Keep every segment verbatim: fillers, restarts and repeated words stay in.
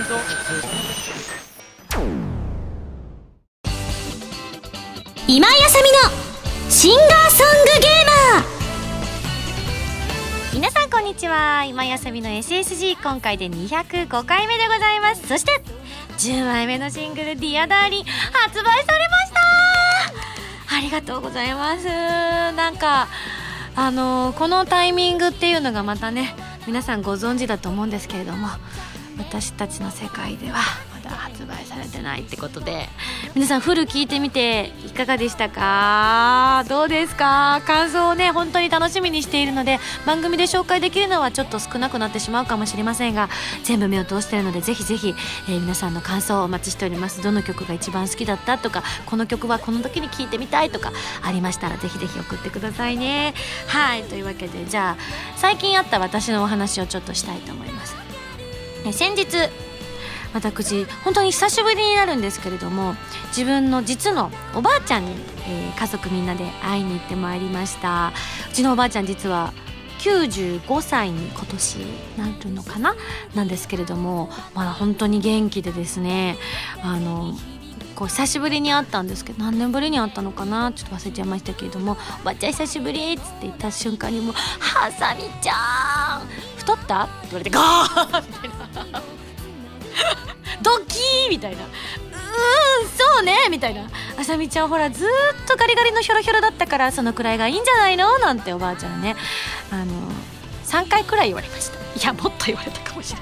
今井あさみのシンガーソングゲーマー。皆さんこんにちは。今井あさみの エスエスジー 今回でにひゃくごかいめでございます。そしてじゅうまいめのシングル Dear Darling 発売されました。ありがとうございます。なんかあのー、このタイミングっていうのがまたね、皆さんご存知だと思うんですけれども、私たちの世界ではまだ発売されてないってことで、皆さんフル聞いてみていかがでしたか？どうですか？感想をね本当に楽しみにしているので、番組で紹介できるのはちょっと少なくなってしまうかもしれませんが、全部目を通しているのでぜひぜひ、えー、皆さんの感想をお待ちしております。どの曲が一番好きだったとか、この曲はこの時に聴いてみたいとかありましたらぜひぜひ送ってくださいね。はい、というわけで、じゃあ最近あった私のお話をちょっとしたいと思います。え先日私本当に久しぶりになるんですけれども、自分の実のおばあちゃんに、えー、家族みんなで会いに行ってまいりました。うちのおばあちゃん実はきゅうじゅうごさいに今年なるのかななんですけれども、まだ本当に元気でですね、あのこう久しぶりに会ったんですけど、何年ぶりに会ったのかなちょっと忘れちゃいましたけれども、おばあちゃん久しぶりっつって言った瞬間にもう、はさみちゃん太った?って言われて、ガーみたいなドキーみたいな、うーんそうねみたいな、あさみちゃんほらずーっとガリガリのヒョロヒョロだったからそのくらいがいいんじゃないのなんておばあちゃんね、あのさんかいくらい言われました。いやもっと言われたかもしれ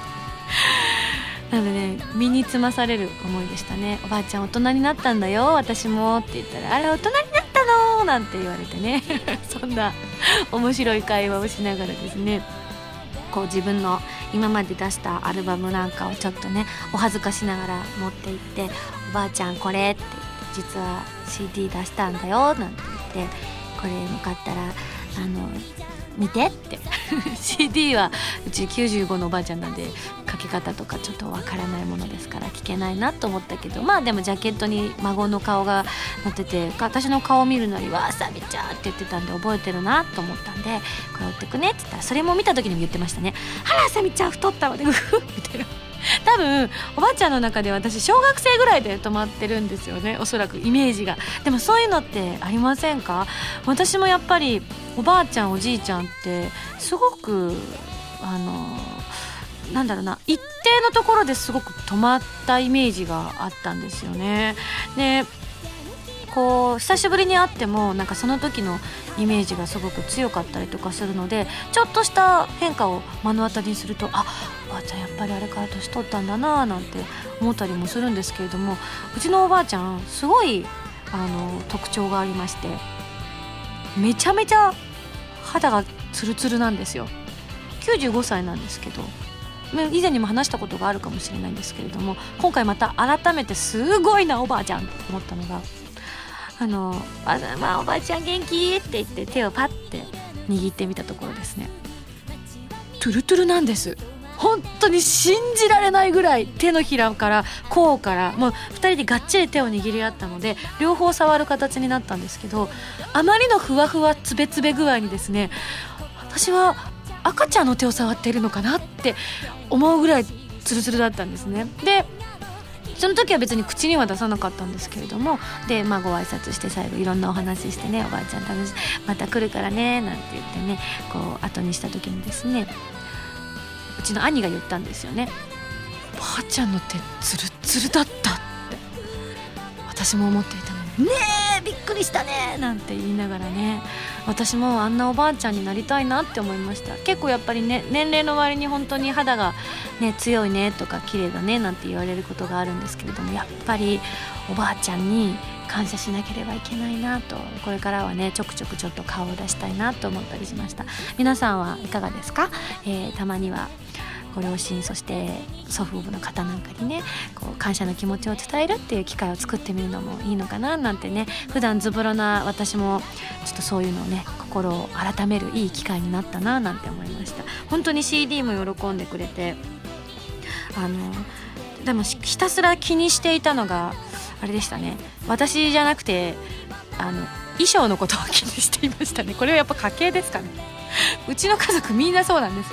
ないなのでね、身につまされる思いでしたね。おばあちゃん大人になったんだよ私もって言ったら、あら大人になったのなんて言われてねそんな面白い会話をしながらですね、こう自分の今まで出したアルバムなんかをちょっとねお恥ずかしながら持って行って、おばあちゃんこれって言って、実は シーディー 出したんだよなんて言って、これよかったらあの見てってシーディー はうちきゅうじゅうごのおばあちゃんなんで書き方とかちょっとわからないものですから聞けないなと思ったけど、まあでもジャケットに孫の顔が載ってて、私の顔を見るなりわあさびちゃんって言ってたんで覚えてるなと思ったんで、これ追ってくねって言ったら、それも見た時にも言ってましたね。あらあさみちゃん太ったわねうふみたいな。多分おばあちゃんの中で私小学生ぐらいで止まってるんですよね、おそらくイメージが。でもそういうのってありませんか？私もやっぱりおばあちゃんおじいちゃんってすごくあのなんだろうな、一定のところですごく止まったイメージがあったんですよね。でこう久しぶりに会ってもなんかその時のイメージがすごく強かったりとかするので、ちょっとした変化を目の当たりにすると、あおばあちゃんやっぱりあれから年取ったんだななんて思ったりもするんですけれども、うちのおばあちゃんすごいあの特徴がありまして、めちゃめちゃ肌がツルツルなんですよ。きゅうじゅうごさいなんですけど、以前にも話したことがあるかもしれないんですけれども、今回また改めてすごいなおばあちゃんと思ったのが、あのあ、まあ、おばあちゃん元気って言って手をパッて握ってみたところですね、トゥルトゥルなんです。本当に信じられないぐらい手のひらから甲からもうふたりでがっちり手を握り合ったので、両方触る形になったんですけど、あまりのふわふわつべつべ具合にですね、私は赤ちゃんの手を触っているのかなって思うぐらいツルツルだったんですね。でその時は別に口には出さなかったんですけれども、で、まあ、ご挨拶して最後いろんなお話してね、おばあちゃん楽しいまた来るからねなんて言ってね、こう後にした時にですね、うちの兄が言ったんですよね。おばあちゃんの手ツルツルだったって私も思っていたのに、ねえびっくりしたねなんて言いながらね、私もあんなおばあちゃんになりたいなって思いました。結構やっぱりね、年齢の割に本当に肌が、ね、強いねとか綺麗だねなんて言われることがあるんですけれども、やっぱりおばあちゃんに感謝しなければいけないなと、これからはねちょくちょくちょっと顔を出したいなと思ったりしました。皆さんはいかがですか？えー、たまにはご両親そして祖父母の方なんかにね、こう感謝の気持ちを伝えるっていう機会を作ってみるのもいいのかななんてね、普段ズボラな私もちょっとそういうのをね心を改めるいい機会になったななんて思いました。本当に シーディー も喜んでくれて、あのでもひたすら気にしていたのがあれでしたね。私じゃなくてあの衣装のことを気にしていましたね。これはやっぱ家系ですかね。うちの家族みんなそうなんですよね。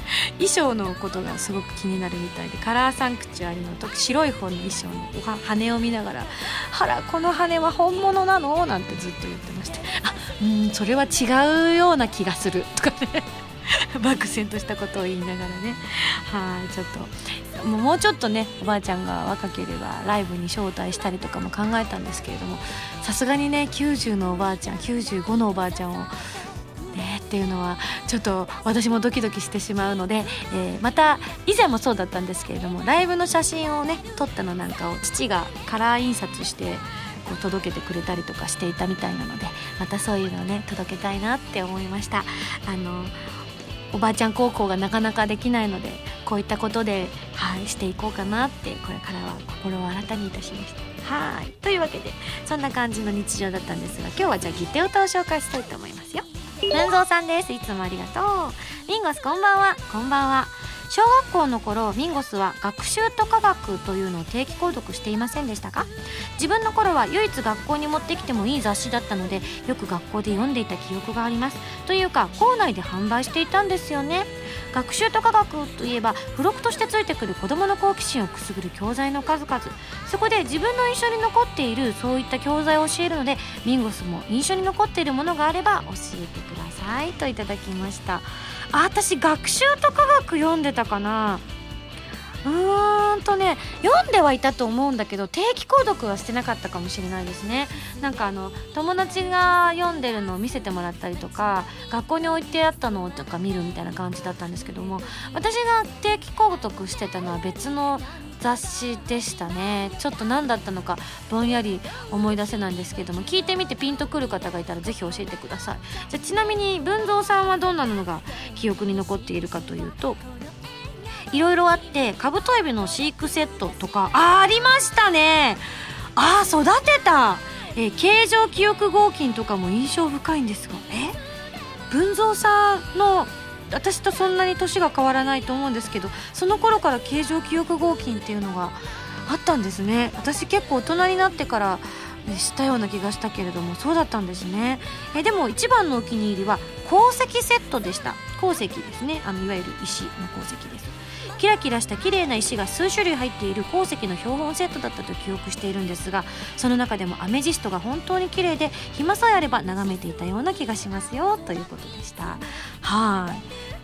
衣装のことがすごく気になるみたいで、カラーサンクチュアリの時白い方の衣装の羽を見ながら、あらこの羽は本物なのなんてずっと言ってまして、あうんそれは違うような気がするとかね漠然としたことを言いながらね、はいちょっともうもうちょっとねおばあちゃんが若ければライブに招待したりとかも考えたんですけれども、さすがにねきゅうじゅうのおばあちゃんきゅうじゅうごのおばあちゃんをねっていうのはちょっと私もドキドキしてしまうので、えー、また以前もそうだったんですけれども、ライブの写真をね撮ったのなんかを父がカラー印刷してこう届けてくれたりとかしていたみたいなので、またそういうのをね届けたいなって思いました。あのおばあちゃん孝行がなかなかできないので、こういったことで、はい、していこうかなってこれからは心を新たにいたしました。はいというわけでそんな感じの日常だったんですが、今日はじゃあギテ歌を紹介したいと思いますよ。文蔵さんです。いつもありがとう。ミンゴスこんばんは。こんばんは。小学校の頃ミンゴスは学習と科学というのを定期購読していませんでしたか？自分の頃は唯一学校に持ってきてもいい雑誌だったので、よく学校で読んでいた記憶があります。というか校内で販売していたんですよね。学習と科学といえば付録としてついてくる子どもの好奇心をくすぐる教材の数々、そこで自分の印象に残っているそういった教材を教えるので、ミンゴスも印象に残っているものがあれば教えてくださいといただきました。あ、私学習と科学読んでたかな。うーんとね読んではいたと思うんだけど、定期購読はしてなかったかもしれないですね。なんかあの友達が読んでるのを見せてもらったりとか、学校に置いてあったのとか見るみたいな感じだったんですけども、私が定期購読してたのは別の雑誌でしたね。ちょっと何だったのかぼんやり思い出せないんですけども、聞いてみてピンとくる方がいたらぜひ教えてください。じゃあちなみに文蔵さんはどんなのが記憶に残っているかというと、いろいろあって、カブトエビの飼育セットとか あ, ありましたね。あー育てた、えー、形状記憶合金とかも印象深いんですが、え文蔵さんの私とそんなに年が変わらないと思うんですけど、その頃から形状記憶合金っていうのがあったんですね。私結構大人になってから知ったような気がしたけれども、そうだったんですね。えでも一番のお気に入りは鉱石セットでした。鉱石ですね、あのいわゆる石の鉱石です。キラキラした綺麗な石が数種類入っている鉱石の標本セットだったと記憶しているんですが、その中でもアメジストが本当に綺麗で、暇さえあれば眺めていたような気がしますよということでした。はい、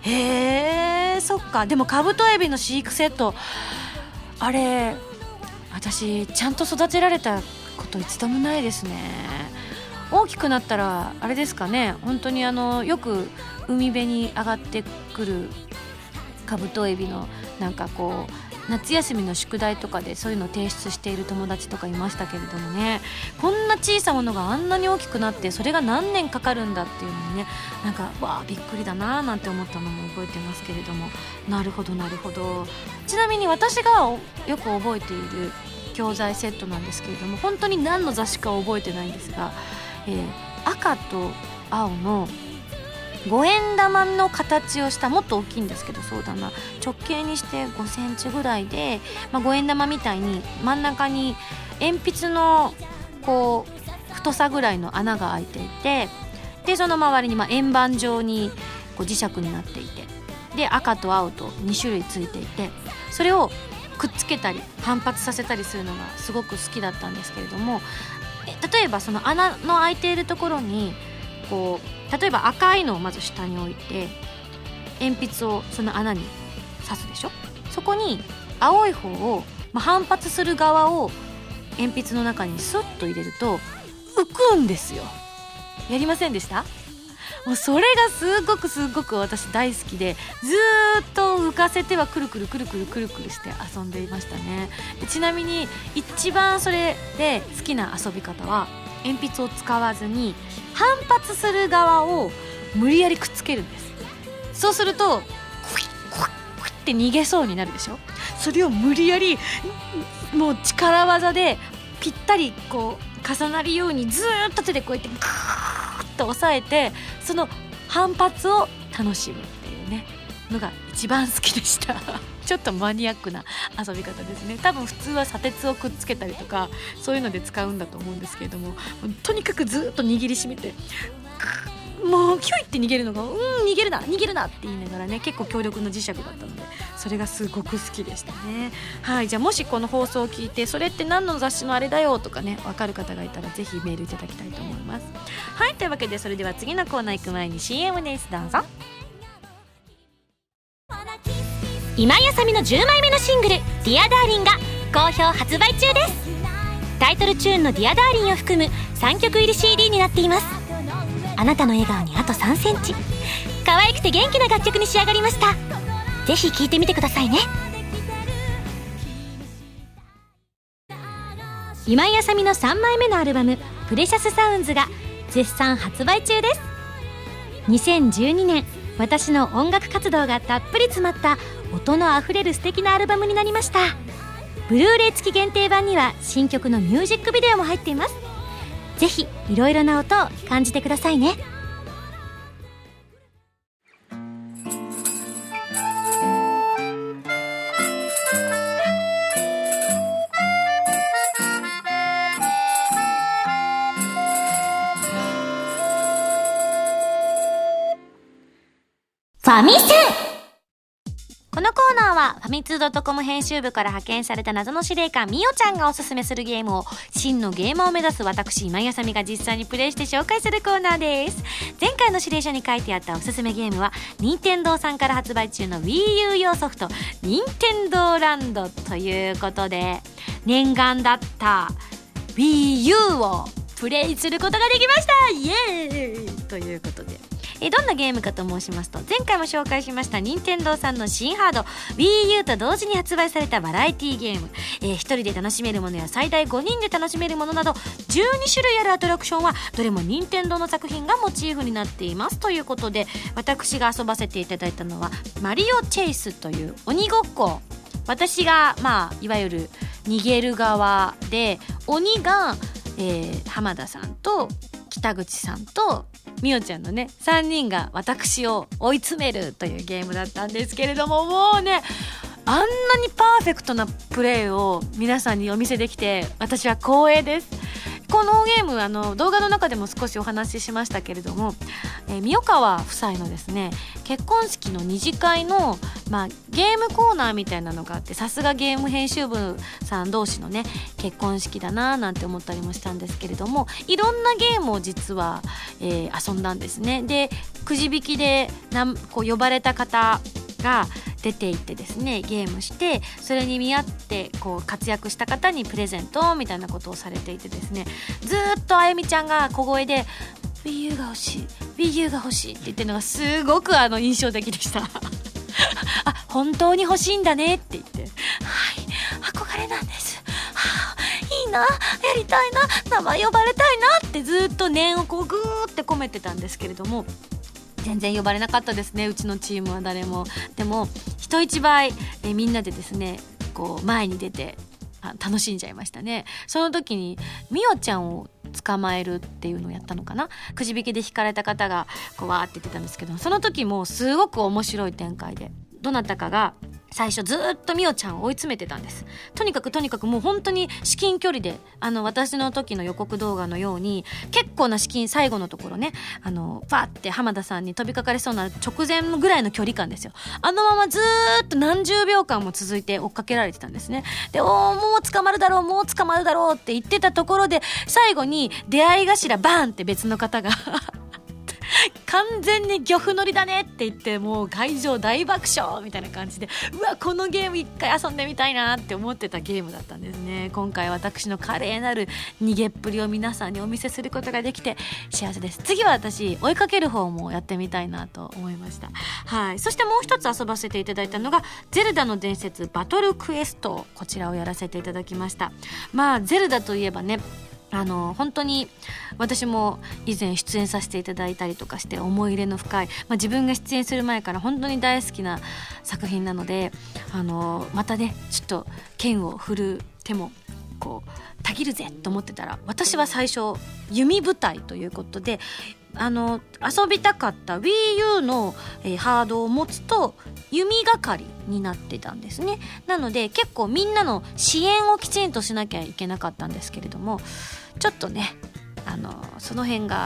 へーそっか。でもカブトエビの飼育セット、あれ私ちゃんと育てられたこと一度もないですね。大きくなったらあれですかね、本当にあのよく海辺に上がってくるカブトエビのなんかこう夏休みの宿題とかでそういうのを提出している友達とかいましたけれどもね、こんな小さなものがあんなに大きくなって、それが何年かかるんだっていうのにね、なんかわあびっくりだなーなんて思ったのも覚えてますけれども、なるほどなるほど。ちなみに私がよく覚えている教材セットなんですけれども、本当に何の雑誌か覚えてないんですが、えー、赤と青のごえん玉の形をした、もっと大きいんですけど、そうだな直径にしてごセンチぐらいで、まあ、ごえん玉みたいに真ん中に鉛筆のこう太さぐらいの穴が開いていて、でその周りにまあ円盤状にこう磁石になっていて、で赤と青とに種類ついていて、それをくっつけたり反発させたりするのがすごく好きだったんですけれども、例えばその穴の開いているところにこう例えば赤いのをまず下に置いて、鉛筆をその穴に刺すでしょ。そこに青い方を、まあ、反発する側を鉛筆の中にスッと入れると浮くんですよ。やりませんでした？もうそれがすごくすごく私大好きで、ずーっと浮かせてはくるくるくるくるくるくるして遊んでいましたね。でちなみに一番それで好きな遊び方は、鉛筆を使わずに反発する側を無理やりくっつけるんです。そうするとクイックイックイッって逃げそうになるでしょ。それを無理やりもう力技でぴったりこう重なるようにずーっと手でこうやってグーッと押さえて、その反発を楽しむっていうねのが一番好きでしたちょっとマニアックな遊び方ですね。多分普通は砂鉄をくっつけたりとかそういうので使うんだと思うんですけれども、とにかくずっと握りしめてもうヒュイって逃げるのが、うん逃げるな逃げるなって言いながらね、結構強力な磁石だったので、それがすごく好きでしたね。はい、じゃあもしこの放送を聞いて、それって何の雑誌のあれだよとかね、分かる方がいたらぜひメールいただきたいと思います。はい、というわけでそれでは次のコーナー行く前に シーエム です。どうぞ。 今井あさみのじゅうまいめのシングル「ディアダーリンが好評発売中です。タイトルチューンのディアダーリンを含むさんきょく入り シーディー になっています。あなたの笑顔にあとさんセンチ、可愛くて元気な楽曲に仕上がりました。ぜひ聴いてみてくださいね。今井あさみのさんまいめのアルバム「プレシャスサウンズが絶賛発売中です。にせんじゅうにねん、私の音楽活動がたっぷり詰まった音のあふれる素敵なアルバムになりました。ブルーレイ付き限定版には新曲のミュージックビデオも入っています。ぜひいろいろな音を感じてくださいね。ファミセン。 このコーナーはファミツー .com 編集部から派遣された謎の司令官みおちゃんがおすすめするゲームを真のゲーマーを目指す私今井あさみが実際にプレイして紹介するコーナーです。前回の指令書に書いてあったおすすめゲームは任天堂さんから発売中の WiiU 用ソフト任天堂ランドということで、念願だった WiiU をプレイすることができました。イエーイということで、えどんなゲームかと申しますと、前回も紹介しました任天堂さんの新ハード WiiU と同時に発売されたバラエティゲーム、えー、ひとりで楽しめるものや最大ごにんで楽しめるものなどじゅうにしゅるいあるアトラクションはどれも任天堂の作品がモチーフになっていますということで、私が遊ばせていただいたのはマリオチェイスという鬼ごっこ。私がまあいわゆる逃げる側で、鬼が、えー、浜田さんと北口さんとみおちゃんのねさんにんが私を追い詰めるというゲームだったんですけれども、もうねあんなにパーフェクトなプレーを皆さんにお見せできて私は光栄です。このゲームあの動画の中でも少しお話ししましたけれども、えー、三代川夫妻のですね結婚式の二次会の、まあ、ゲームコーナーみたいなのがあって、さすがゲーム編集部さん同士のね結婚式だななんて思ったりもしたんですけれども、いろんなゲームを実は、えー、遊んだんですね。でくじ引きでなんこう呼ばれた方が出ていってですねゲームして、それに見合ってこう活躍した方にプレゼントみたいなことをされていてですね、ずっとあゆみちゃんが小声で WiiU が欲しい WiiU が欲しいって言ってるのがすごくあの印象的でしたあ、本当に欲しいんだねって言って、はい憧れなんです、はあ、いいなやりたいな名前呼ばれたいなってずっと念をこうグーって込めてたんですけれども、全然呼ばれなかったですね、うちのチームは誰も。でも人一倍えみんなでですねこう前に出てあ楽しんじゃいましたね。その時にみおちゃんを捕まえるっていうのをやったのかな、くじ引きで引かれた方がこうわーって言ってたんですけど、その時もすごく面白い展開で、どなたかが最初ずっとみおちゃんを追い詰めてたんです。とにかくとにかくもう本当に至近距離で、あの私の時の予告動画のように結構な至近、最後のところねあのファーって浜田さんに飛びかかりそうな直前ぐらいの距離感ですよ。あのままずーっと何十秒間も続いて追っかけられてたんですね。でおーもう捕まるだろうもう捕まるだろうって言ってたところで、最後に出会い頭バーンって別の方が完全に漁夫乗りだねって言って、もう会場大爆笑みたいな感じで、うわこのゲーム一回遊んでみたいなって思ってたゲームだったんですね。今回私の華麗なる逃げっぷりを皆さんにお見せすることができて幸せです。次は私追いかける方もやってみたいなと思いました。はい。そしてもう一つ遊ばせていただいたのがゼルダの伝説バトルクエスト、こちらをやらせていただきました。まあゼルダといえばね、あの本当に私も以前出演させていただいたりとかして思い入れの深い、まあ、自分が出演する前から本当に大好きな作品なので、あのまたねちょっと剣を振る手もこうたぎるぜと思ってたら、私は最初弓部隊ということであの遊びたかった WiiU の、えー、ハードを持つと弓係になってたんですね。なので結構みんなの支援をきちんとしなきゃいけなかったんですけれども、ちょっとねあのその辺が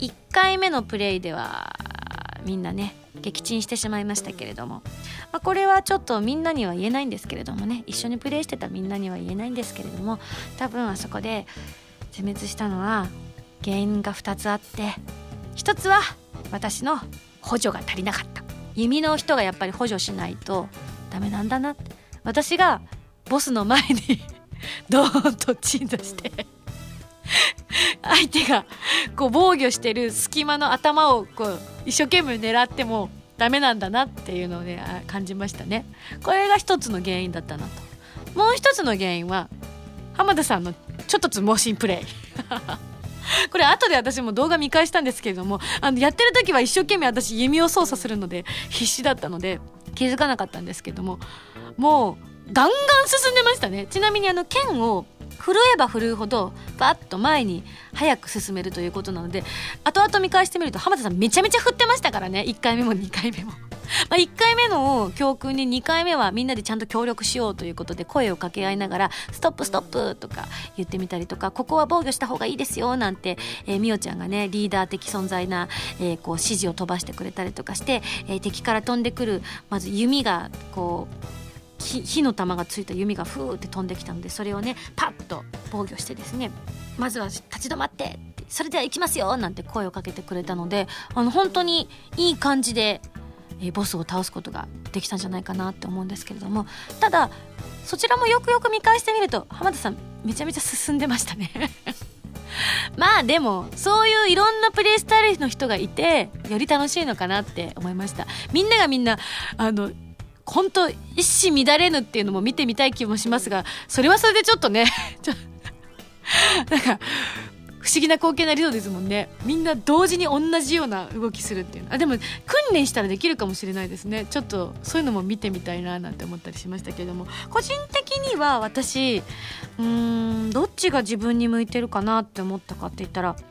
いっかいめのプレイではみんなね撃沈してしまいましたけれども、まあ、これはちょっとみんなには言えないんですけれどもね、一緒にプレイしてたみんなには言えないんですけれども、多分あそこで全滅したのは原因がふたつあって、ひとつは私の補助が足りなかった。弓の人がやっぱり補助しないとダメなんだなって。私がボスの前にドーンと鎮座して相手がこう防御してる隙間の頭をこう一生懸命狙ってもダメなんだなっていうのをね感じましたね。これが一つの原因だったなと。もう一つの原因は浜田さんのちょっとつ盲信プレイこれ後で私も動画見返したんですけれども、あのやってる時は一生懸命私弓を操作するので必死だったので気づかなかったんですけども、もうガンガン進んでましたね。ちなみにあの剣を振るえば振るうほどバッと前に早く進めるということなので、後々見返してみると浜田さんめちゃめちゃ振ってましたからね。いっかいめもにかいめもまあいっかいめの教訓ににかいめはみんなでちゃんと協力しようということで声を掛け合いながらストップストップとか言ってみたりとか、ここは防御した方がいいですよなんて、えー、みおちゃんがねリーダー的存在な、えー、こう指示を飛ばしてくれたりとかして、えー、敵から飛んでくるまず弓がこう火, 火の玉がついた弓がフーって飛んできたので、それをねパッと防御してですね、まずは立ち止まってそれでは行きますよなんて声をかけてくれたので、あの本当にいい感じで、えー、ボスを倒すことができたんじゃないかなって思うんですけれども、ただそちらもよくよく見返してみると浜田さんめちゃめちゃ進んでましたねまあでもそういういろんなプレイスタイルの人がいてより楽しいのかなって思いました。みんながみんなあの本当一糸乱れぬっていうのも見てみたい気もしますが、それはそれでちょっとねちょなんか不思議な光景になりそうですもんね。みんな同時に同じような動きするっていうの。あでも訓練したらできるかもしれないですね。ちょっとそういうのも見てみたいななんて思ったりしましたけれども、個人的には私うーんどっちが自分に向いてるかなって思ったかって言ったら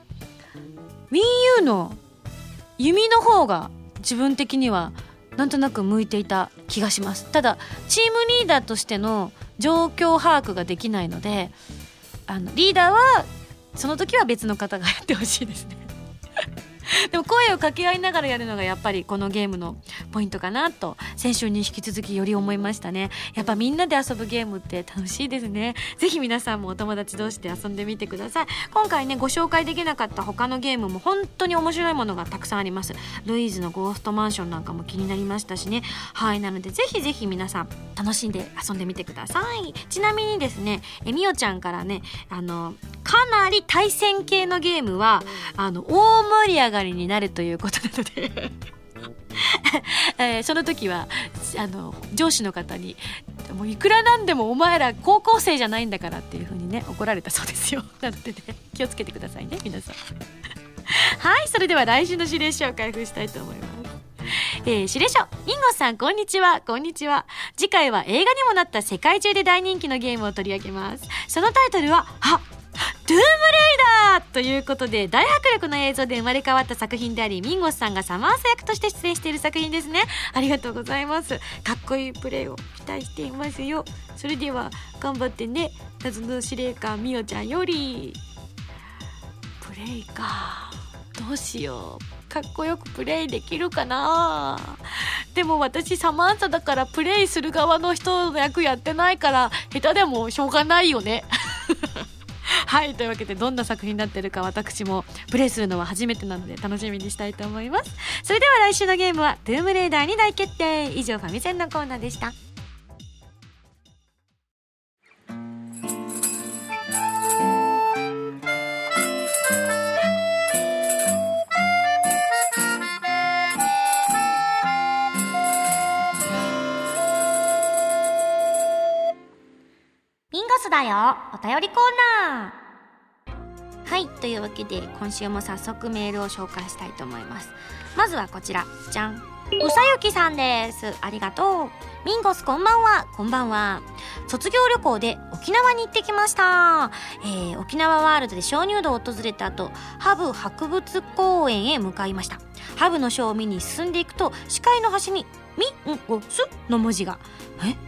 Wii U の弓の方が自分的にはなんとなく向いていた気がします。ただチームリーダーとしての状況把握ができないので、あのリーダーはその時は別の方がやってほしいですねでも声を掛け合いながらやるのがやっぱりこのゲームのポイントかなと先週に引き続きより思いましたね。やっぱみんなで遊ぶゲームって楽しいですね。ぜひ皆さんもお友達同士で遊んでみてください。今回ねご紹介できなかった他のゲームも本当に面白いものがたくさんあります。ルイーズのゴーストマンションなんかも気になりましたしね。はい、なのでぜひぜひ皆さん楽しんで遊んでみてください。ちなみにですねえみおちゃんからねあのかなり対戦系のゲームはあの大盛り上がりになるということなのでえー、その時はあの上司の方にもういくらなんでもお前ら高校生じゃないんだからっていう風にね怒られたそうですよ。なのでね気をつけてくださいね皆さんはい、それでは来週の指令書を開封したいと思います。えー、指令書インゴさんこんにちは。こんにちは。次回は映画にもなった世界中で大人気のゲームを取り上げます。そのタイトルはあドゥームレイダーということで大迫力の映像で生まれ変わった作品であり、ミンゴスさんがサマース役として出演している作品ですね。ありがとうございます。かっこいいプレイを期待していますよ。それでは頑張ってね。謎の司令官みおちゃんより。プレイかどうしよう、かっこよくプレイできるかな。でも私サマンサだからプレイする側の人の役やってないから下手でもしょうがないよねはい、というわけでどんな作品になってるか私もプレイするのは初めてなので楽しみにしたいと思います。それでは来週のゲームはドゥームレイダーに大決定。以上ファミセンのコーナーでした。 ミンゴスだよお便りコーナー。 はい、というわけで今週も早速メールを紹介したいと思います。まずはこちら、じゃん、うさゆきさんです。ありがとう。ミンゴスこんばんは。こんばんは。卒業旅行で沖縄に行ってきました、えー、沖縄ワールドで鍾乳洞を訪れた後、ハブ博物公園へ向かいました。ハブのショーを見に進んでいくと視界の端にミンゴスの文字が。え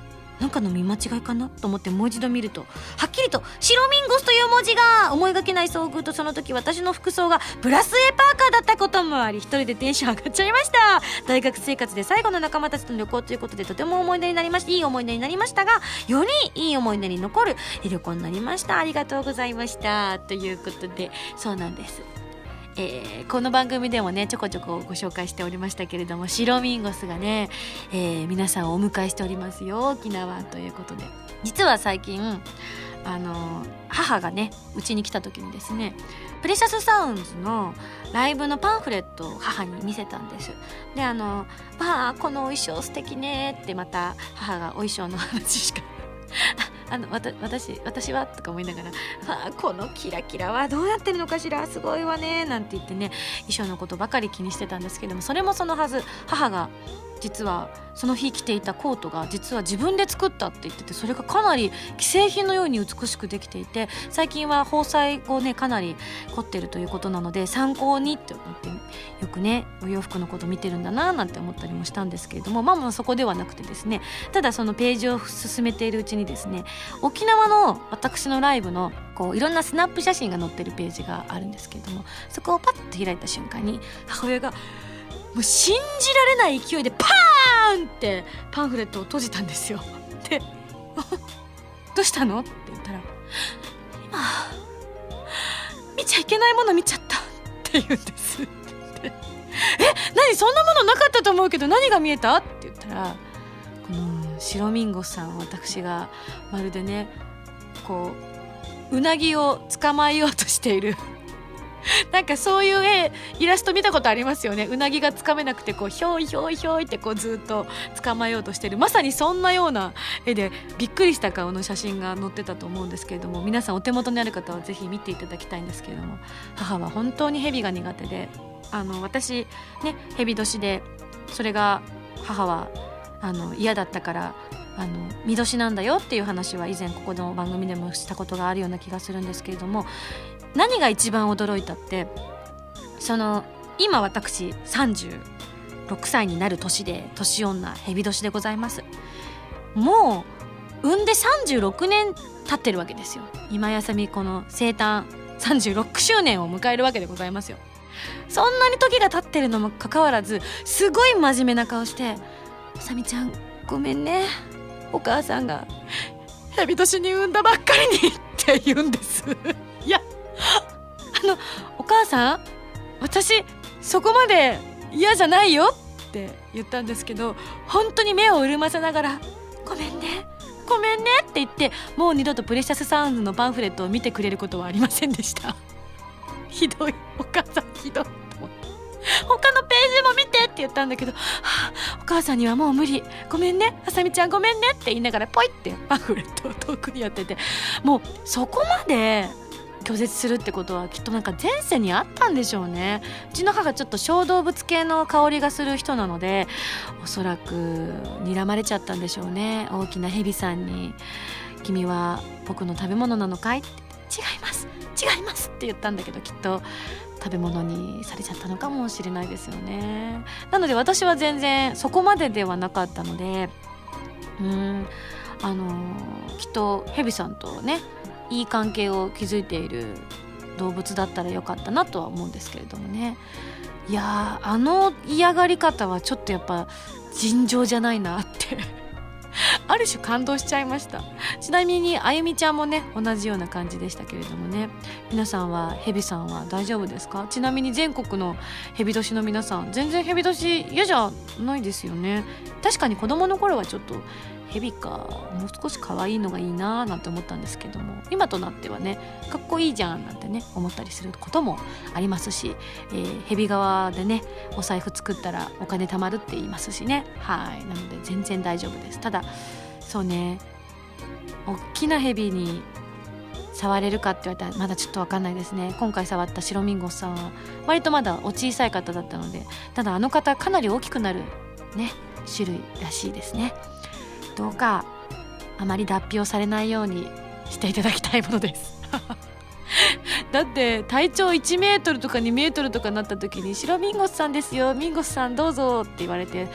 なんかの見間違いかなと思ってもう一度見ると、はっきりと白ミンゴスという文字が。思いがけない遭遇と、その時私の服装がプラス A パーカーだったこともあり、一人でテンション上がっちゃいました。大学生活で最後の仲間たちとの旅行ということで、とても思い出になりました。いい思い出になりましたが、よりいい思い出に残る旅行になりました。ありがとうございました。ということで、そうなんです。えー、この番組でもねちょこちょこご紹介しておりましたけれども、白ミンゴスがね、えー、皆さんをお迎えしておりますよ、沖縄ということで。実は最近あの母がねうちに来た時にですね、プレシャスサウンズのライブのパンフレットを母に見せたんです。で、あのまあこのお衣装素敵ねって、また母がお衣装の話しかあのわた私私はとか思いながら、あこのキラキラはどうやってるのかしら、すごいわねなんて言ってね、衣装のことばかり気にしてたんですけども、それもそのはず、母が実はその日着ていたコートが実は自分で作ったって言ってて、それがかなり既製品のように美しくできていて、最近は縫製をねかなり凝ってるということなので、参考にって思ってよくねお洋服のこと見てるんだななんて思ったりもしたんですけれども、まあまあそこではなくてですね、ただそのページを進めているうちにですね、沖縄の私のライブのこういろんなスナップ写真が載ってるページがあるんですけれども、そこをパッと開いた瞬間に母親がもう信じられない勢いでパーンってパンフレットを閉じたんですよ。でどうしたのって言ったら、今見ちゃいけないもの見ちゃったって言うんですえ、何そんなものなかったと思うけど何が見えたって言ったら、この白ミンゴスさん、私がまるでねこううなぎを捕まえようとしているなんかそういう絵イラスト見たことありますよね。うなぎがつかめなくてこうひょいひょいひょいってこうずっと捕まえようとしてる、まさにそんなような絵でびっくりした顔の写真が載ってたと思うんですけれども、皆さんお手元にある方はぜひ見ていただきたいんですけれども、母は本当に蛇が苦手で、あの私ね蛇年で、それが母はあの嫌だったからあの見年なんだよっていう話は以前ここの番組でもしたことがあるような気がするんですけれども、何が一番驚いたって、その今私さんじゅうろくさいになる年で、年女蛇年でございます。もう産んでさんじゅうろくねん経ってるわけですよ。今やさみこの生誕さんじゅうろくしゅうねんを迎えるわけでございますよ。そんなに時が経ってるのもかかわらず、すごい真面目な顔して、あさみちゃんごめんね、お母さんが蛇年に産んだばっかりにって言うんですいやあのお母さん、私そこまで嫌じゃないよって言ったんですけど、本当に目を潤ませながらごめんねごめんねって言って、もう二度とプレシャスサウンズのパンフレットを見てくれることはありませんでしたひどい、お母さんひどいと思って、他のページも見てって言ったんだけど、はあ、お母さんにはもう無理、ごめんねあさみちゃんごめんねって言いながらポイってパンフレットを遠くにやってて、もうそこまで拒絶するってことはきっとなんか前世にあったんでしょうね。うちの母ちょっと小動物系の香りがする人なので、おそらく睨まれちゃったんでしょうね。大きな蛇さんに、君は僕の食べ物なのかいって言って、違います違いますって言ったんだけど、きっと食べ物にされちゃったのかもしれないですよね。なので私は全然そこまでではなかったので、うーんあのー、きっと蛇さんとねいい関係を築いている動物だったらよかったなとは思うんですけれどもね。いやー、あの嫌がり方はちょっとやっぱ尋常じゃないなってある種感動しちゃいました。ちなみにあゆみちゃんもね同じような感じでしたけれどもね。皆さんはヘビさんは大丈夫ですか？ちなみに全国のヘビ年の皆さん、全然ヘビ年嫌じゃないですよね。確かに子供の頃はちょっとヘビかもう少し可愛いのがいいななんて思ったんですけども、今となってはねかっこいいじゃんなんてね思ったりすることもありますし、えー、ヘビ側でねお財布作ったらお金貯まるって言いますしね。はい、なので全然大丈夫です。ただそうね、大きなヘビに触れるかって言われたらまだちょっと分かんないですね。今回触った白ミンゴスさんは割とまだお小さい方だったので、ただあの方かなり大きくなるね種類らしいですね。どうかあまり脱皮をされないようにしていただきたいものですだって体長いちメートルとかにメートルとかなった時に白ミンゴスさんですよ、ミンゴスさんどうぞって言われて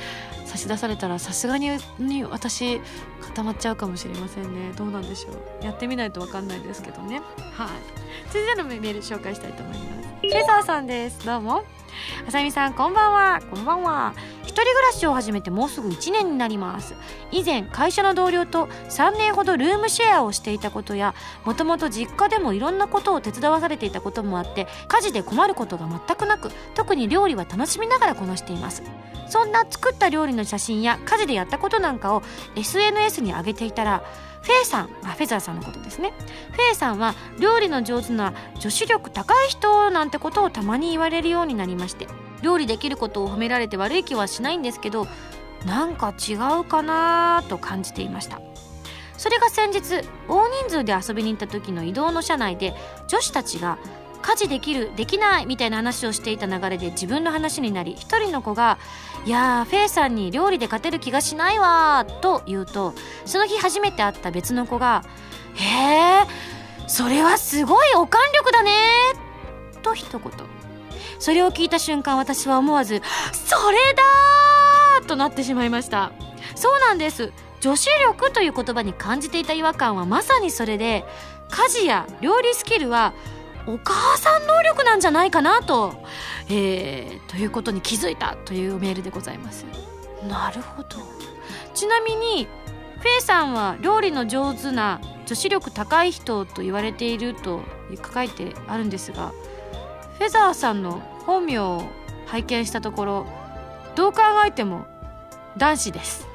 差し出されたらさすがにに私固まっちゃうかもしれませんね。どうなんでしょう、やってみないと分かんないですけどね。はい、続いてのメール紹介したいと思います。フェザーさんです。どうも。あさみさんこんばんは。こんばんは。一人暮らしを始めてもうすぐいちねんになります。以前会社の同僚とさんねんほどルームシェアをしていたことや、もともと実家でもいろんなことを手伝わされていたこともあって、家事で困ることが全くなく、特に料理は楽しみながらこなしています。そんな作った料理の写真や家事でやったことなんかを エスエヌエス に上げていたら、フェイさん、あ、フェザーさんのことですね。フェイさんは料理の上手な女子力高い人なんてことをたまに言われるようになりまして、料理できることを褒められて悪い気はしないんですけど、なんか違うかなと感じていました。それが先日、大人数で遊びに行った時の移動の車内で、女子たちが家事できるできないみたいな話をしていた流れで自分の話になり、一人の子がいやーフェイさんに料理で勝てる気がしないわーと言うと、その日初めて会った別の子がへーそれはすごいおかん力だねーと一言。それを聞いた瞬間、私は思わずそれだーとなってしまいました。そうなんです。女子力という言葉に感じていた違和感はまさにそれで、家事や料理スキルはお母さん能力なんじゃないかなと、えー、ということに気づいたというメールでございます。なるほど。ちなみにフェイさんは料理の上手な女子力高い人と言われていると書いてあるんですが、フェザーさんの本名を拝見したところ、どう考えても男子です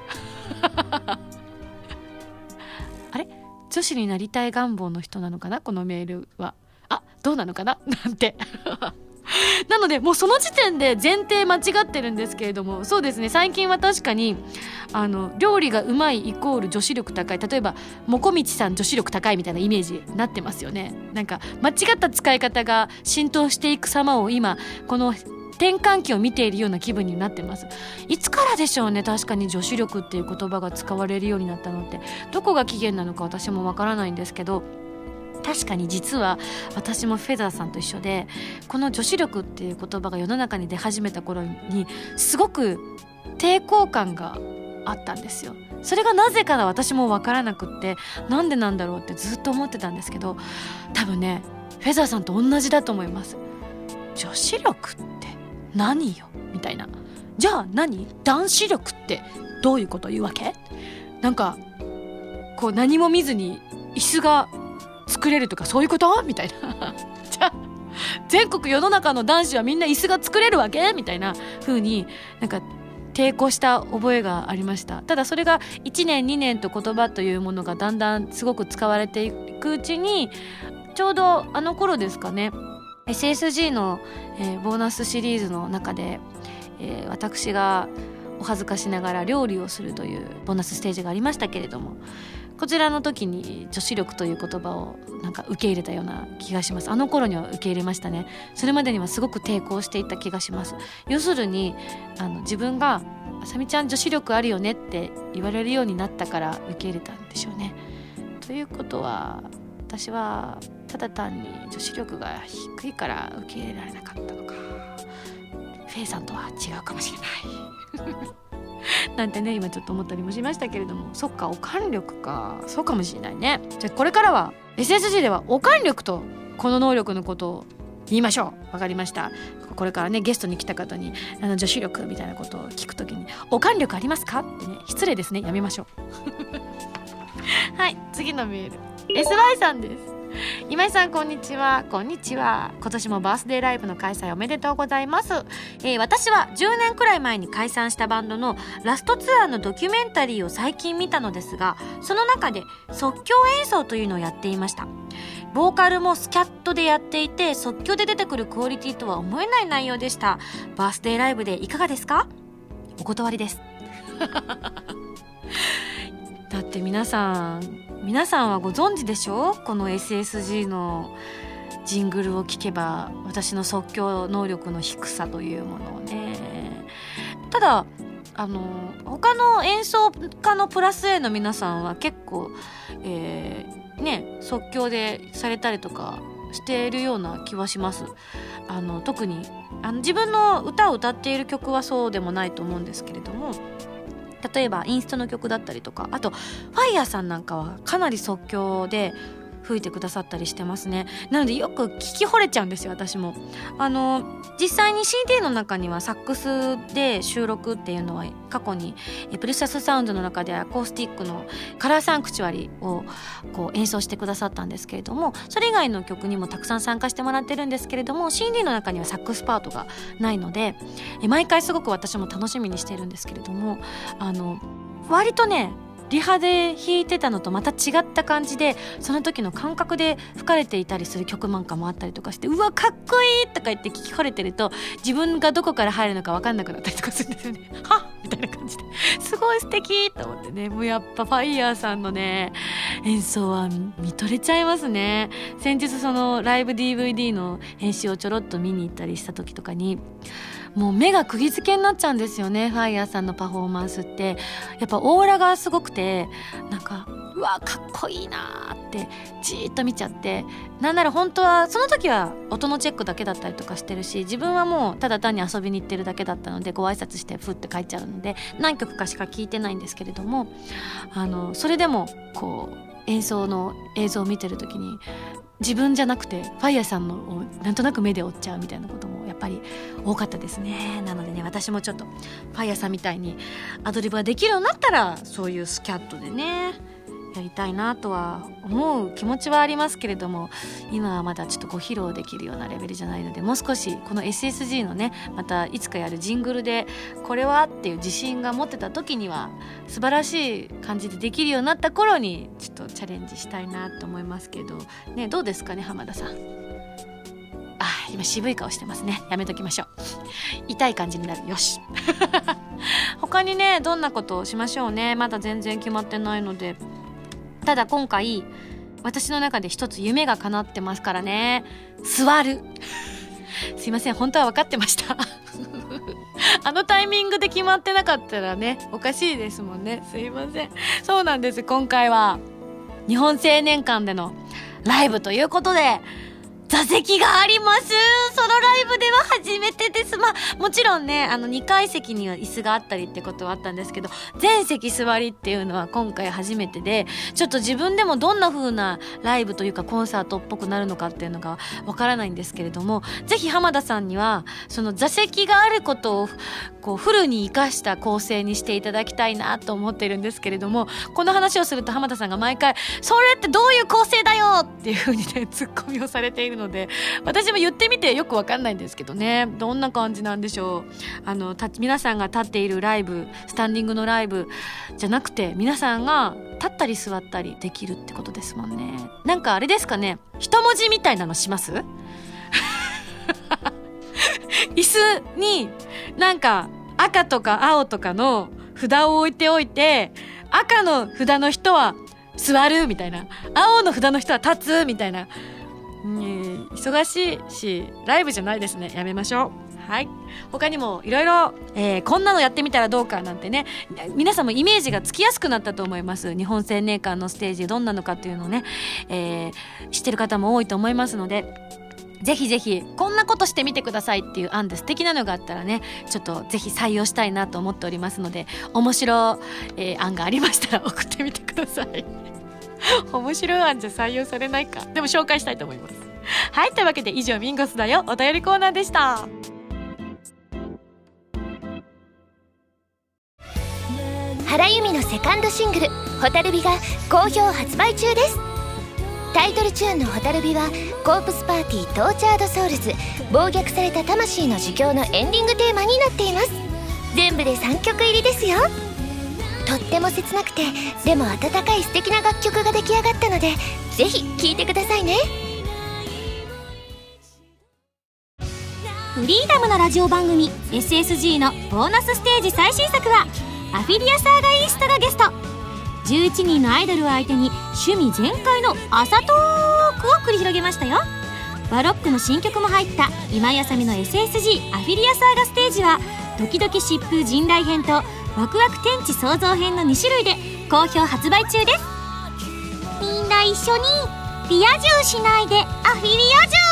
あれ、女子になりたい願望の人なのかな、このメールは。あ、どうなのかななんてなのでもうその時点で前提間違ってるんですけれども、そうですね、最近は確かにあの料理がうまいイコール女子力高い、例えばもこみちさん女子力高いみたいなイメージになってますよね。なんか間違った使い方が浸透していく様を今この転換期を見ているような気分になってます。いつからでしょうね、確かに女子力っていう言葉が使われるようになったのって。どこが起源なのか私もわからないんですけど、確かに実は私もフェザーさんと一緒で、この女子力っていう言葉が世の中に出始めた頃にすごく抵抗感があったんですよ。それがなぜか私も分からなくって、なんでなんだろうってずっと思ってたんですけど、多分ねフェザーさんと同じだと思います。女子力って何よみたいな。じゃあ何、男子力ってどういうこと言うわけ。なんかこう何も見ずに椅子が作れるとかそういうことみたいなじゃあ全国世の中の男子はみんな椅子が作れるわけみたいな風になんか抵抗した覚えがありました。ただそれがいちねんにねんと言葉というものがだんだんすごく使われていくうちに、ちょうどあの頃ですかね、 エスエスジー の、えー、ボーナスシリーズの中で、えー、私がお恥ずかしながら料理をするというボーナスステージがありましたけれども、こちらの時に女子力という言葉をなんか受け入れたような気がします。あの頃には受け入れましたね。それまでにはすごく抵抗していた気がします。要するにあの自分があさみちゃん女子力あるよねって言われるようになったから受け入れたんでしょうね。ということは私はただ単に女子力が低いから受け入れられなかったのか、フェイさんとは違うかもしれないなんてね今ちょっと思ったりもしましたけれども、そっか、おかん力か、そうかもしれないね。じゃあこれからは エスエスジー ではおかん力とこの能力のことを言いましょう。わかりました。これからねゲストに来た方にあの女子力みたいなことを聞くときにおかん力ありますかってね、失礼ですね、やめましょうはい、次のメール エスワイ さんです。今井さんこんにちは。こんにちは。今年もバースデーライブの開催おめでとうございます、えー、私はじゅうねんくらい前に解散したバンドのラストツアーのドキュメンタリーを最近見たのですが、その中で即興演奏というのをやっていました。ボーカルもスキャットでやっていて、即興で出てくるクオリティとは思えない内容でした。バースデーライブでいかがですか？お断りですだって皆さん皆さんはご存知でしょう、この エスエスジー のジングルを聴けば私の即興能力の低さというものをね。ただあの他の演奏家のプラス A の皆さんは結構、えー、ね即興でされたりとかしているような気はします。あの特にあの自分の歌を歌っている曲はそうでもないと思うんですけれども、 例えばインストの曲だったりとか、あとファイヤーさんなんかはかなり即興で吹いてくださったりしてますね。なのでよく聞き惚れちゃうんですよ、私も。あの実際に シーディー の中にはサックスで収録っていうのは過去にプレシャスサウンドの中でアコースティックのカラーサンクチュアリをこう演奏してくださったんですけれども、それ以外の曲にもたくさん参加してもらってるんですけれども、 シーディー の中にはサックスパートがないので毎回すごく私も楽しみにしてるんですけれども、あの割とねリハで弾いてたのとまた違った感じで、その時の感覚で吹かれていたりする曲なんかもあったりとかして、うわかっこいいとか言って聞き惚れてると自分がどこから入るのか分かんなくなったりとかするんですよね。はっみたいな感じですごい素敵と思ってね、もうやっぱファイヤーさんのね演奏は見とれちゃいますね。先日そのライブ ディーブイディー の編集をちょろっと見に行ったりした時とかにもう目が釘付けになっちゃうんですよね。ファイヤーさんのパフォーマンスってやっぱオーラがすごくて、なんかうわかっこいいなってじーっと見ちゃって、なんなら本当はその時は音のチェックだけだったりとかしてるし、自分はもうただ単に遊びに行ってるだけだったのでご挨拶してふって帰っちゃうので何曲かしか聴いてないんですけれども、あのそれでもこう演奏の映像を見てる時に自分じゃなくてファイヤーさんのをなんとなく目で追っちゃうみたいなこともやっぱり多かったですね。なのでね、私もちょっとファイヤーさんみたいにアドリブができるようになったらそういうスキャットでねやりたいなとは思う気持ちはありますけれども、今はまだちょっとご披露できるようなレベルじゃないので、もう少しこの エスエスジー のねまたいつかやるジングルでこれはっていう自信が持ってた時には素晴らしい感じでできるようになった頃にちょっとチャレンジしたいなと思いますけどね。どうですかね浜田さん。あ、今渋い顔してますね。やめときましょう。痛い感じになる。よし他にねどんなことをしましょうね。まだ全然決まってないので、ただ今回私の中で一つ夢が叶ってますからね。座るすいません、本当は分かってましたあのタイミングで決まってなかったらねおかしいですもんね。すいません。そうなんです。今回は日本青年館でのライブということで座席があります。ソロライブでは初めてです。まあもちろんねあのにかい席には椅子があったりってことはあったんですけど、全席座りっていうのは今回初めてで、ちょっと自分でもどんな風なライブというかコンサートっぽくなるのかっていうのがわからないんですけれども、ぜひ浜田さんにはその座席があることをこうフルに生かした構成にしていただきたいなと思ってるんですけれども、この話をすると浜田さんが毎回それってどういう構成だよっていう風にねツッコミをされているので、私も言ってみてよくわかんないんですけどね、どんな感じなんでしょう。あのた皆さんが立っているライブ、スタンディングのライブじゃなくて皆さんが立ったり座ったりできるってことですもんね。なんかあれですかね、一文字みたいなのします椅子になんか赤とか青とかの札を置いておいて、赤の札の人は座るみたいな、青の札の人は立つみたいな、うん、忙しいしライブじゃないですね。やめましょう。はい、他にもいろいろこんなのやってみたらどうかなんてね、皆さんもイメージがつきやすくなったと思います。日本青年館のステージどんなのかっていうのをね、えー、知ってる方も多いと思いますので、ぜひぜひこんなことしてみてくださいっていう案で素敵なのがあったらね、ちょっとぜひ採用したいなと思っておりますので、面白い、えー、案がありましたら送ってみてください面白い案じゃ採用されないか。でも紹介したいと思います。はい、というわけで以上ミンゴスだよお便りコーナーでした。 原由美のセカンドシングル「ホタルビ」が好評発売中です。タイトルチューンの「ホタルビ」はコープスパーティートーチャードソウルズ暴虐された魂の儒教のエンディングテーマになっています。全部でさんきょく入りですよ。とっても切なくてでも温かい素敵な楽曲が出来上がったので、ぜひ聴いてくださいね。 フリーダムのラジオ番組 エスエスジー のボーナスステージ最新作はアフィリアサーガイーストがゲスト。じゅういちにんのアイドルを相手に趣味全開の朝トークを繰り広げましたよ。バロックの新曲も入った今井あさみの エスエスジー アフィリアサーガステージはドキドキ疾風陣雷編とワクワク天地創造編のに種類で好評発売中です。みんな一緒にリア充しないでアフィリア充。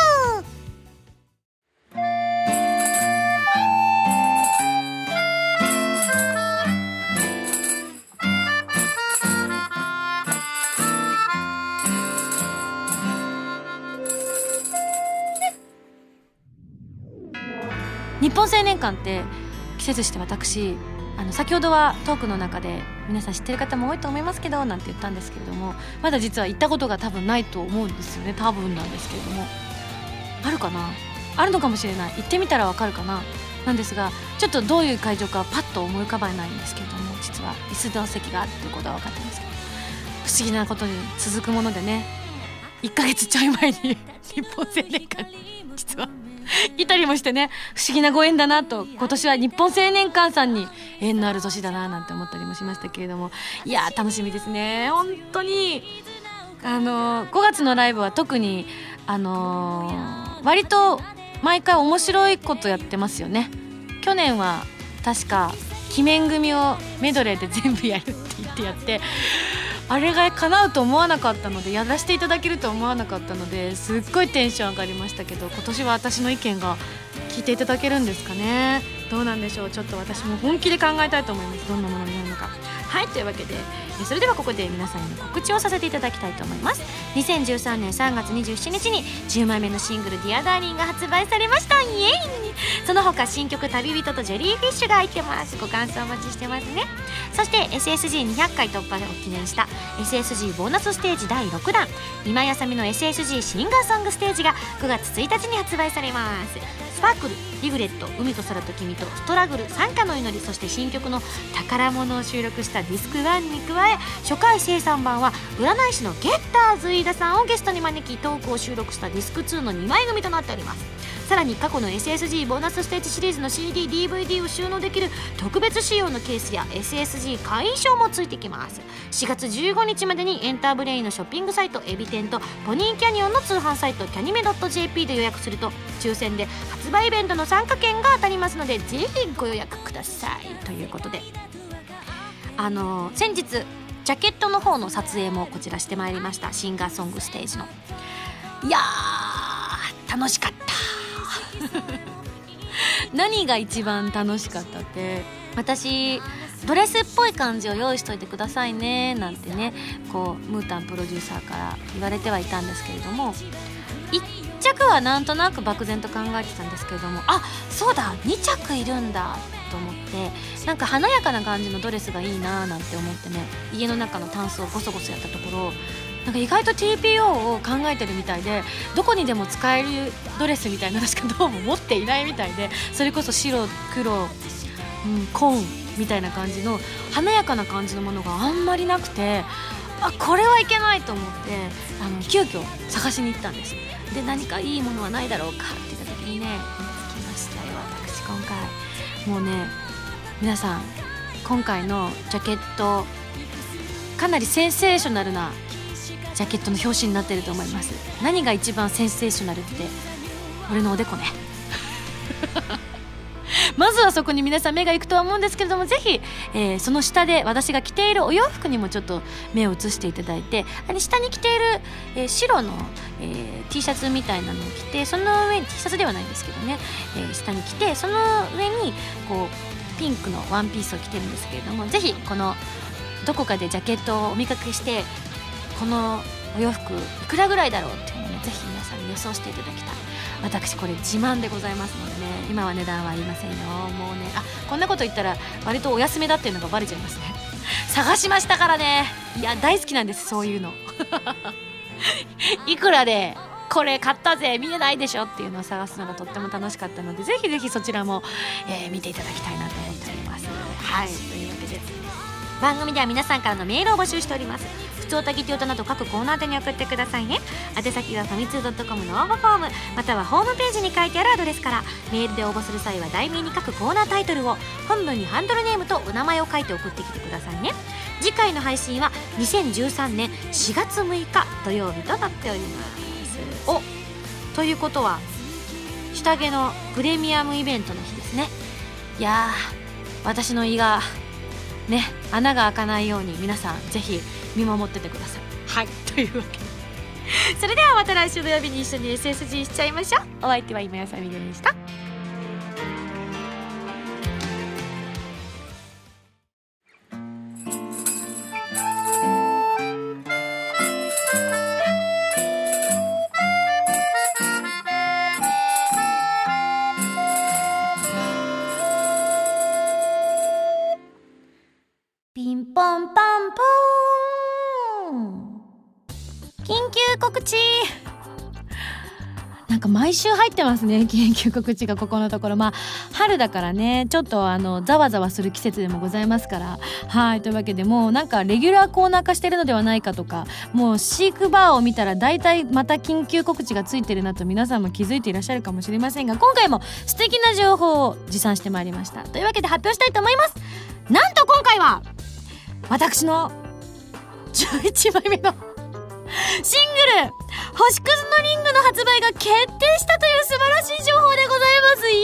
日本青年館って季節して私あの先ほどはトークの中で皆さん知ってる方も多いと思いますけどなんて言ったんですけれども、まだ実は行ったことが多分ないと思うんですよね。多分なんですけれども、あるかな、あるのかもしれない、行ってみたらわかるかな、なんですが、ちょっとどういう会場かパッと思い浮かばないんですけれども、実は椅子の席があるということは分かってますけど、不思議なことに続くものでね、いっかげつちょい前に日本青年館に実はいたりもしてね、不思議なご縁だなと、今年は日本青年館さんに縁のある年だななんて思ったりもしましたけれども、いやー楽しみですね本当に。あのー、ごがつのライブは特にあのー、割と毎回面白いことやってますよね。去年は確か鬼面組をメドレーで全部やるって言ってやって、あれが叶うと思わなかったので、やらせていただけると思わなかったので、すっごいテンション上がりましたけど、今年は私の意見が聞いていただけるんですかね。どうなんでしょう。ちょっと私も本気で考えたいと思います。どんなものになるのか。はい、というわけでそれではここで皆さんに告知をさせていただきたいと思います。にせんじゅうさんねんさんがつにじゅうしちにちにじゅうまいめのシングル Dear Darling が発売されました。イエイ。その他新曲旅人とジェリーフィッシュが入ってます。ご感想お待ちしてますね。そして エスエスジーにひゃっかい突破を記念した エスエスジー ボーナスステージだいろくだん今井あさみの エスエスジー シンガーソングステージがくがつついたちに発売されます。スパークル、リグレット、海と空と君と、ストラグル、参加の祈り、そして新曲の宝物を収録したディスクワンに加え、初回生産版は占い師のゲッターズ飯田さんをゲストに招きトークを収録したディスクツーのにまい組となっております。さらに過去の エスエスジー ボーナスステージシリーズの シーディー、ディーブイディー を収納できる特別仕様のケースや エスエスジー 会員証もついてきます。しがつじゅうごにちまでにエンターブレインのショッピングサイトエビ天とポニーキャニオンの通販サイトキャニメ .jp で予約すると抽選で発売イベントの参加券が当たりますので、ぜひご予約くださいということで、あのー、先日ジャケットの方の撮影もこちらしてまいりました。シンガーソングステージの、いやー楽しかった何が一番楽しかったって、私ドレスっぽい感じを用意しといてくださいねなんてね、こうムータンプロデューサーから言われてはいたんですけれども、いっちゃくはなんとなく漠然と考えてたんですけれども、あ、そうだにちゃくいるんだと思って、なんか華やかな感じのドレスがいいななんて思ってね、家の中のタンスをゴソゴソやったところ、なんか意外と ティーピーオー を考えてるみたいで、どこにでも使えるドレスみたいなのしかどうも持っていないみたいで、それこそ白黒、うん、紺みたいな感じの華やかな感じのものがあんまりなくて、あ、これはいけないと思ってあの急遽探しに行ったんです。で、何かいいものはないだろうかって言った時にね、見つけましたよ私今回。もうね、皆さん今回のジャケットかなりセンセーショナルなジャケットの表紙になってると思います。何が一番センセーショナルって、俺のおでこねまずはそこに皆さん目がいくとは思うんですけれども、ぜひ、えー、その下で私が着ているお洋服にもちょっと目を移していただいて、あれ下に着ている、えー、白の、えー、T シャツみたいなのを着て、その上に T シャツではないんですけどね、えー、下に着て、その上にこうピンクのワンピースを着てるんですけれども、ぜひこのどこかでジャケットをお見かけして、このお洋服いくらぐらいだろうっていうのをね、ぜひ皆さんに予想していただきたい。私これ自慢でございますのでね、今は値段は言いませんよ。もうね、あ、こんなこと言ったら割とお安めだっていうのがバレちゃいますね。探しましたからね。いや大好きなんです、そういうのいくらでこれ買ったぜ見えないでしょっていうのを探すのがとっても楽しかったので、ぜひぜひそちらも、えー、見ていただきたいなと思っております。はい、というわけで番組では皆さんからのメールを募集しております。ふつおたぎておたなど各コーナー宛てに送ってくださいね。宛先はファミツー .com の応募フォーム、またはホームページに書いてあるアドレスから。メールで応募する際は題名に書くコーナータイトルを、本文にハンドルネームとお名前を書いて送ってきてくださいね。次回の配信はにせんじゅうさんねんしがつむいか土曜日となっております。お、ということは下着のプレミアムイベントの日ですね。いやー、私の胃がね、穴が開かないように皆さんぜひ見守っててください。はい、というわけでそれではまた来週土曜日に一緒に エスエスジー しちゃいましょう。お相手は今やさみでした。 緊急告知。なんか毎週入ってますね、緊急告知がここのところ。まあ春だからね、ちょっとあのざわざわする季節でもございますから。はい、というわけでもうなんかレギュラーコーナー化してるのではないかとか、もう飼育バーを見たら大体また緊急告知がついてるなと皆さんも気づいていらっしゃるかもしれませんが、今回も素敵な情報を持参してまいりました。というわけで発表したいと思います。なんと今回は私のじゅういちまいめのシングル星屑のリングの発売が決定したという素晴らしい情報でございます。イ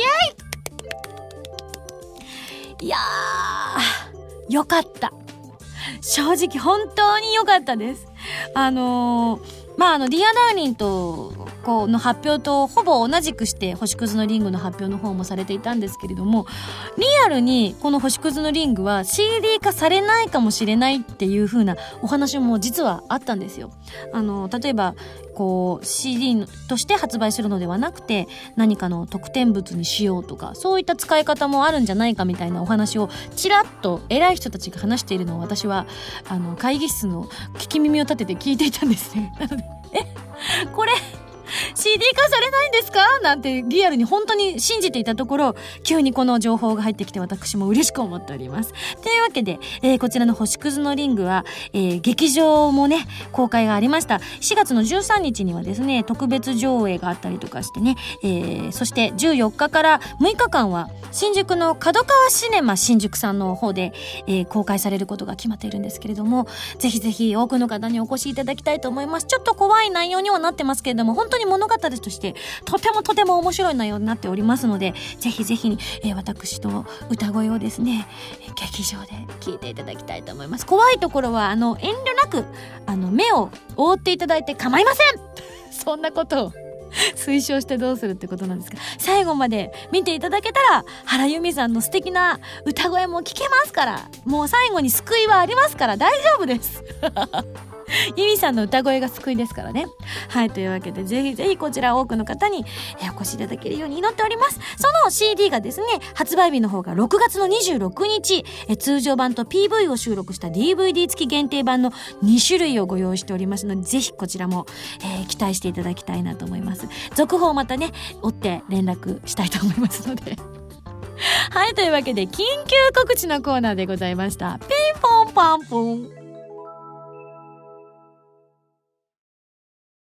エイ。いやー、よかった。正直本当によかったです。あのー、まああのディアダーリンとこうの発表とほぼ同じくして星屑のリングの発表の方もされていたんですけれども、リアルにこの星屑のリングは シーディー 化されないかもしれないっていう風なお話も実はあったんですよ。あの例えばこう シーディー として発売するのではなくて何かの特典物にしようとか、そういった使い方もあるんじゃないかみたいなお話をちらっと偉い人たちが話しているのを私はあの会議室の聞き耳を立てて聞いていたんですね。なのでえこれシーディー 化されないんですかなんてリアルに本当に信じていたところ、急にこの情報が入ってきて私も嬉しく思っております。というわけで、えー、こちらの星屑のリングは、えー、劇場もね公開がありました。しがつのじゅうさんにちにはですね特別上映があったりとかしてね、えー、そしてじゅうよっかからむいかかんは新宿の角川シネマ新宿さんの方で、えー、公開されることが決まっているんですけれども、ぜひぜひ多くの方にお越しいただきたいと思います。ちょっと怖い内容にはなってますけれども、本当に物語としてとてもとても面白い内容になっておりますので、ぜひぜひ、えー、私と歌声をですね劇場で聞いていただきたいと思います。怖いところはあの遠慮なくあの目を覆っていただいて構いませんそんなことを推奨してどうするってことなんですが、最後まで見ていただけたら原由美さんの素敵な歌声も聞けますから、もう最後に救いはありますから大丈夫です由美さんの歌声が救いですからね。はい、というわけでぜひぜひこちら多くの方にお越しいただけるように祈っております。その シーディー がですね発売日の方がろくがつのにじゅうろくにち、え通常版と ピーブイ を収録した ディーブイディー 付き限定版のにしゅるいをご用意しておりますので、ぜひこちらも、えー、期待していただきたいなと思います。続報またね追って連絡したいと思いますのではい、というわけで緊急告知のコーナーでございました。ピンポンパンポン。